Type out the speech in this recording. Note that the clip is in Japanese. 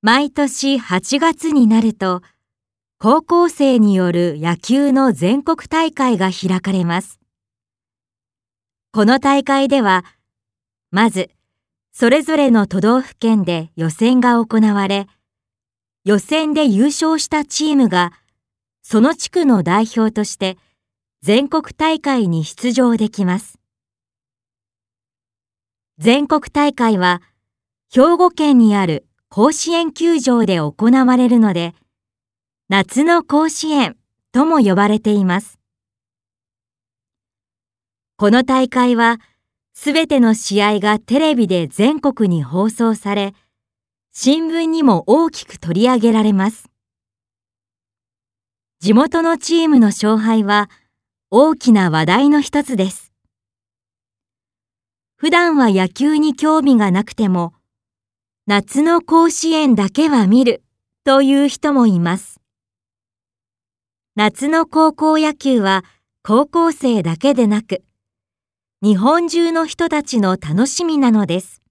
毎年8月になると、高校生による野球の全国大会が開かれます。この大会では、まず、それぞれの都道府県で予選が行われ、予選で優勝したチームが、その地区の代表として全国大会に出場できます。全国大会は、兵庫県にある甲子園球場で行われるので、夏の甲子園とも呼ばれています。この大会は、すべての試合がテレビで全国に放送され、新聞にも大きく取り上げられます。地元のチームの勝敗は大きな話題の一つです。普段は野球に興味がなくても、夏の甲子園だけは見るという人もいます。夏の高校野球は高校生だけでなく、日本中の人たちの楽しみなのです。